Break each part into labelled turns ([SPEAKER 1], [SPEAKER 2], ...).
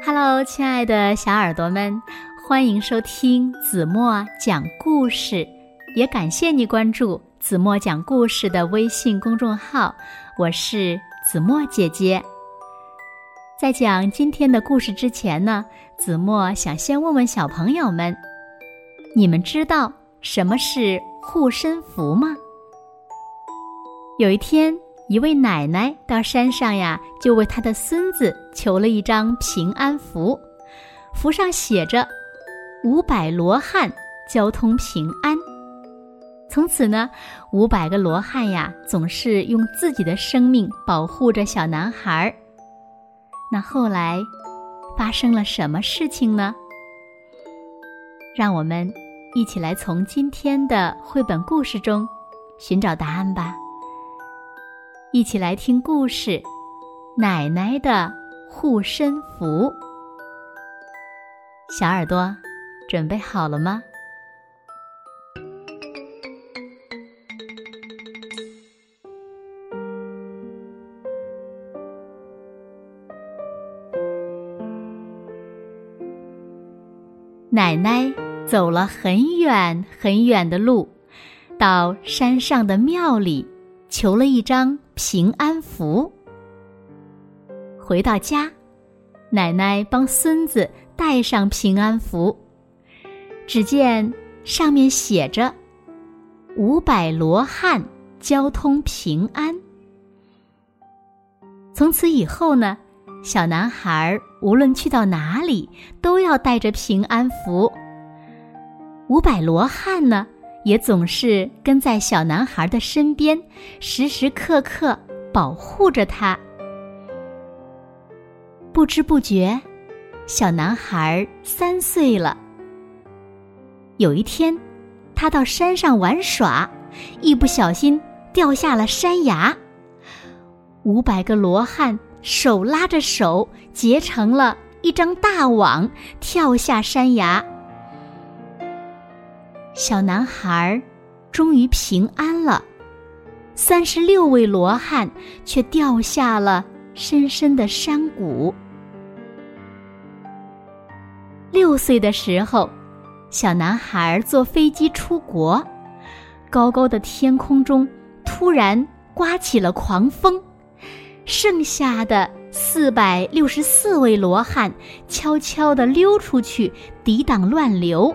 [SPEAKER 1] Hello， 亲爱的小耳朵们，欢迎收听子墨讲故事，也感谢你关注子墨讲故事的微信公众号，我是子墨姐姐。在讲今天的故事之前呢，子墨想先问问小朋友们，你们知道什么是护身符吗？有一天，一位奶奶到山上呀，就为她的孙子求了一张平安符，符上写着500罗汉，交通平安。从此呢，500个罗汉呀，总是用自己的生命保护着小男孩。那后来发生了什么事情呢？让我们一起来从今天的绘本故事中寻找答案吧。一起来听故事，奶奶的护身符。小耳朵，准备好了吗？奶奶走了很远很远的路，到山上的庙里求了一张平安符。回到家，奶奶帮孙子戴上平安符，只见上面写着500罗汉，交通平安。从此以后呢，小男孩无论去到哪里都要带着平安符。500罗汉呢，也总是跟在小男孩的身边，时时刻刻保护着他。不知不觉，小男孩3岁了。有一天，他到山上玩耍，一不小心掉下了山崖。500个罗汉手拉着手，结成了一张大网，跳下山崖。小男孩终于平安了，36位罗汉却掉下了深深的山谷。6岁的时候，小男孩坐飞机出国，高高的天空中突然刮起了狂风，剩下的464位罗汉悄悄地溜出去，抵挡乱流。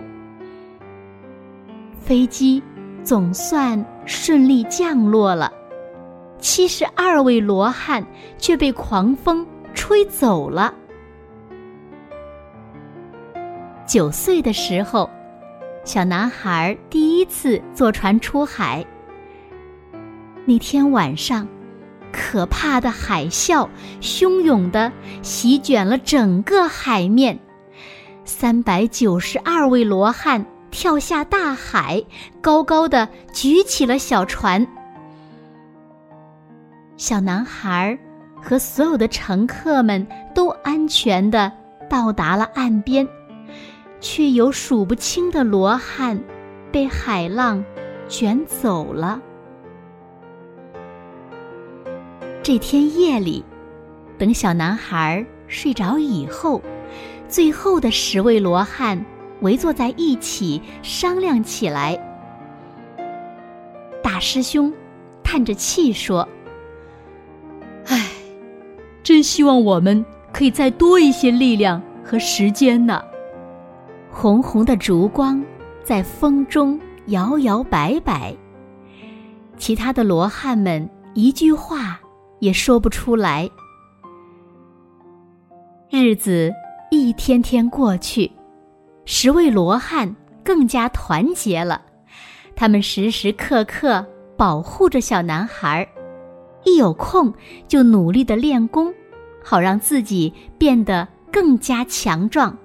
[SPEAKER 1] 飞机总算顺利降落了，72位罗汉却被狂风吹走了。9岁的时候，小男孩第一次坐船出海。那天晚上，可怕的海啸汹涌地席卷了整个海面，392位罗汉跳下大海，高高地举起了小船。小男孩和所有的乘客们都安全地到达了岸边，却有数不清的罗汉被海浪卷走了。这天夜里，等小男孩睡着以后，最后的10位罗汉围坐在一起商量起来。大师兄叹着气说：唉，真希望我们可以再多一些力量和时间呢。红红的烛光在风中摇摇摆摆，其他的罗汉们一句话也说不出来。日子一天天过去，10位罗汉更加团结了，他们时时刻刻保护着小男孩，一有空就努力地练功，好让自己变得更加强壮。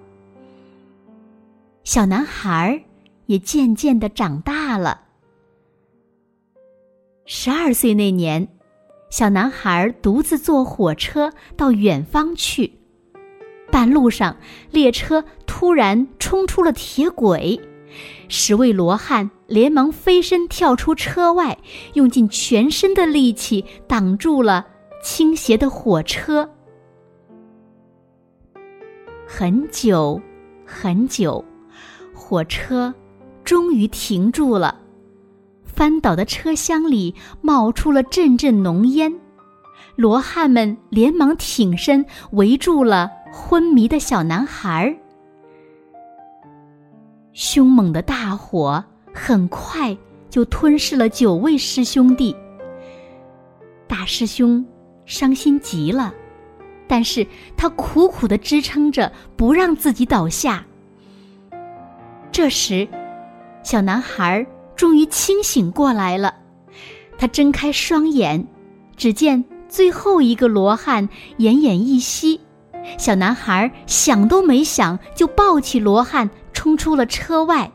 [SPEAKER 1] 小男孩也渐渐地长大了。12岁那年，小男孩独自坐火车到远方去，半路上列车突然冲出了铁轨，10位罗汉连忙飞身跳出车外，用尽全身的力气挡住了倾斜的火车。 很久很久，火车终于停住了。翻倒的车厢里冒出了阵阵浓烟，罗汉们连忙挺身围住了昏迷的小男孩。凶猛的大火很快就吞噬了9位师兄弟。大师兄伤心极了，但是他苦苦地支撑着，不让自己倒下。这时，小男孩终于清醒过来了，他睁开双眼，只见最后一个罗汉奄奄一息。小男孩想都没想，就抱起罗汉冲出了车外。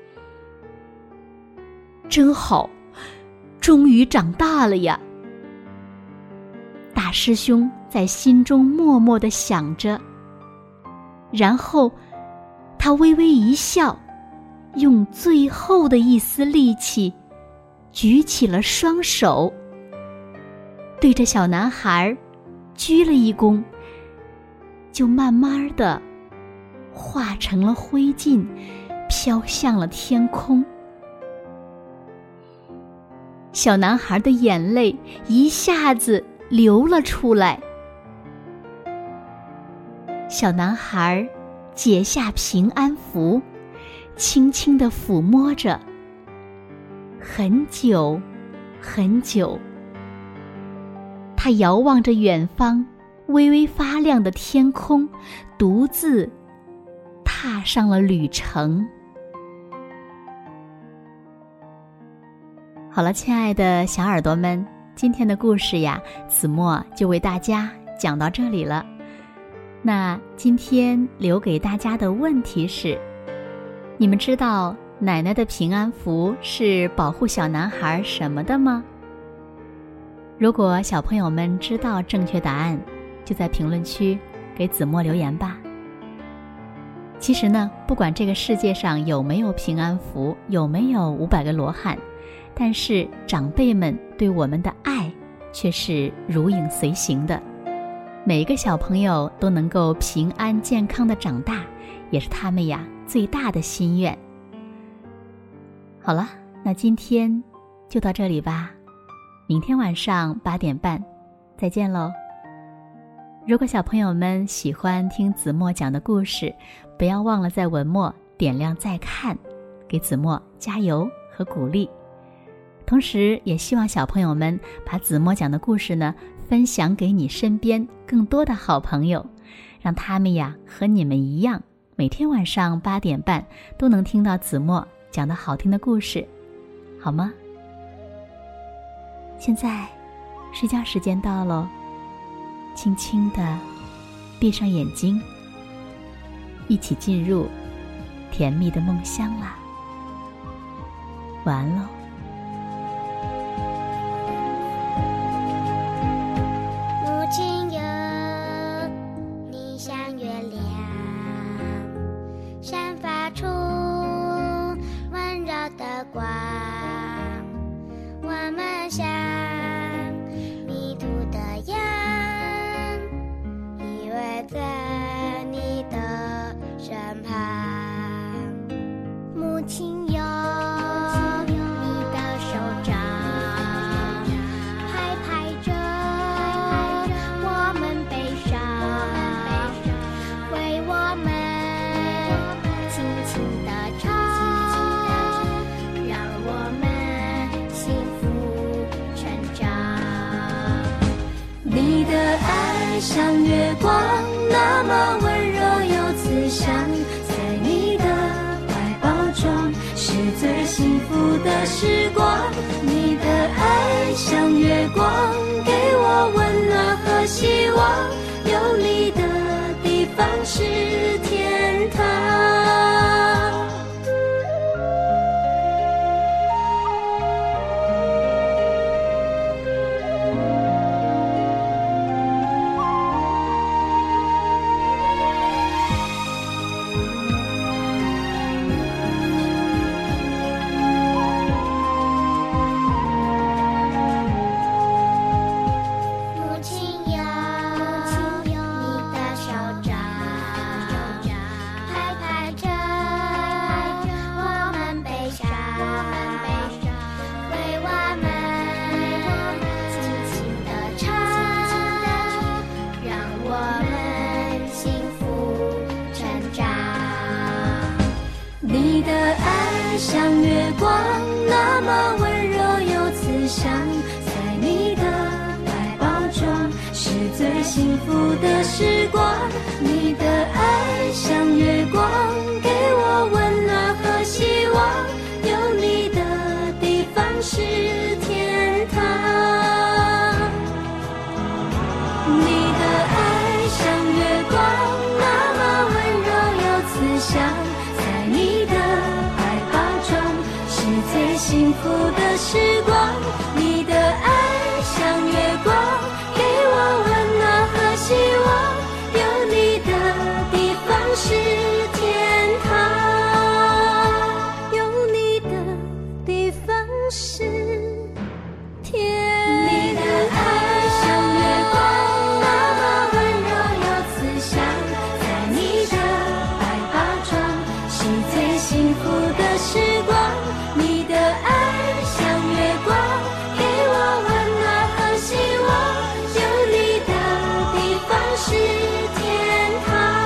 [SPEAKER 1] 真好，终于长大了呀！大师兄在心中默默地想着，然后他微微一笑，用最后的一丝力气举起了双手，对着小男孩鞠了一躬，就慢慢地化成了灰烬，飘向了天空。小男孩的眼泪一下子流了出来。小男孩解下平安符，轻轻地抚摸着。很久很久，他遥望着远方微微发亮的天空，独自踏上了旅程。好了，亲爱的小耳朵们，今天的故事呀，子墨就为大家讲到这里了。那今天留给大家的问题是，你们知道奶奶的平安符是保护小男孩什么的吗？如果小朋友们知道正确答案，就在评论区给子墨留言吧。其实呢，不管这个世界上有没有平安符，有没有500个罗汉，但是长辈们对我们的爱却是如影随形的。每一个小朋友都能够平安健康的长大，也是他们呀最大的心愿。好了，那今天就到这里吧，明天晚上8点半再见喽。如果小朋友们喜欢听子墨讲的故事，不要忘了在文末点亮再看，给子墨加油和鼓励。同时也希望小朋友们把子墨讲的故事呢分享给你身边更多的好朋友，让他们呀和你们一样，每天晚上8点半都能听到子墨讲的好听的故事，好吗？现在睡觉时间到咯，轻轻地闭上眼睛，一起进入甜蜜的梦乡啦。晚安喽。
[SPEAKER 2] 母亲有你像月亮，散发出温柔的光，我们像迷途的羊，依偎在你的身旁。母亲有你的手掌，拍拍着我们背上，为我们轻轻地唱，让我们幸福成长。
[SPEAKER 3] 你的爱像月光，那么温柔又慈祥，在你的怀抱中是最幸福的时光。你的爱像月光，给我温暖和希望，有你的地方是天堂。
[SPEAKER 2] 母亲有你的手掌，
[SPEAKER 3] 爱像月光，那么温柔又慈祥，在你的怀抱中是最幸福的时光。你的爱像月光，给我温暖和希望，有你的地方是天堂。你的爱像月光，那么温柔又慈祥，在你的怀抱中是最幸福的时光。你的爱像月光，给我温暖和希望，有你的地方是天堂，有你的地方是天堂。你的爱像月光，那么温柔又慈祥，在你的怀抱中是最幸福的时光。你的爱像月光，给我温暖和希望，有你的地方是天堂。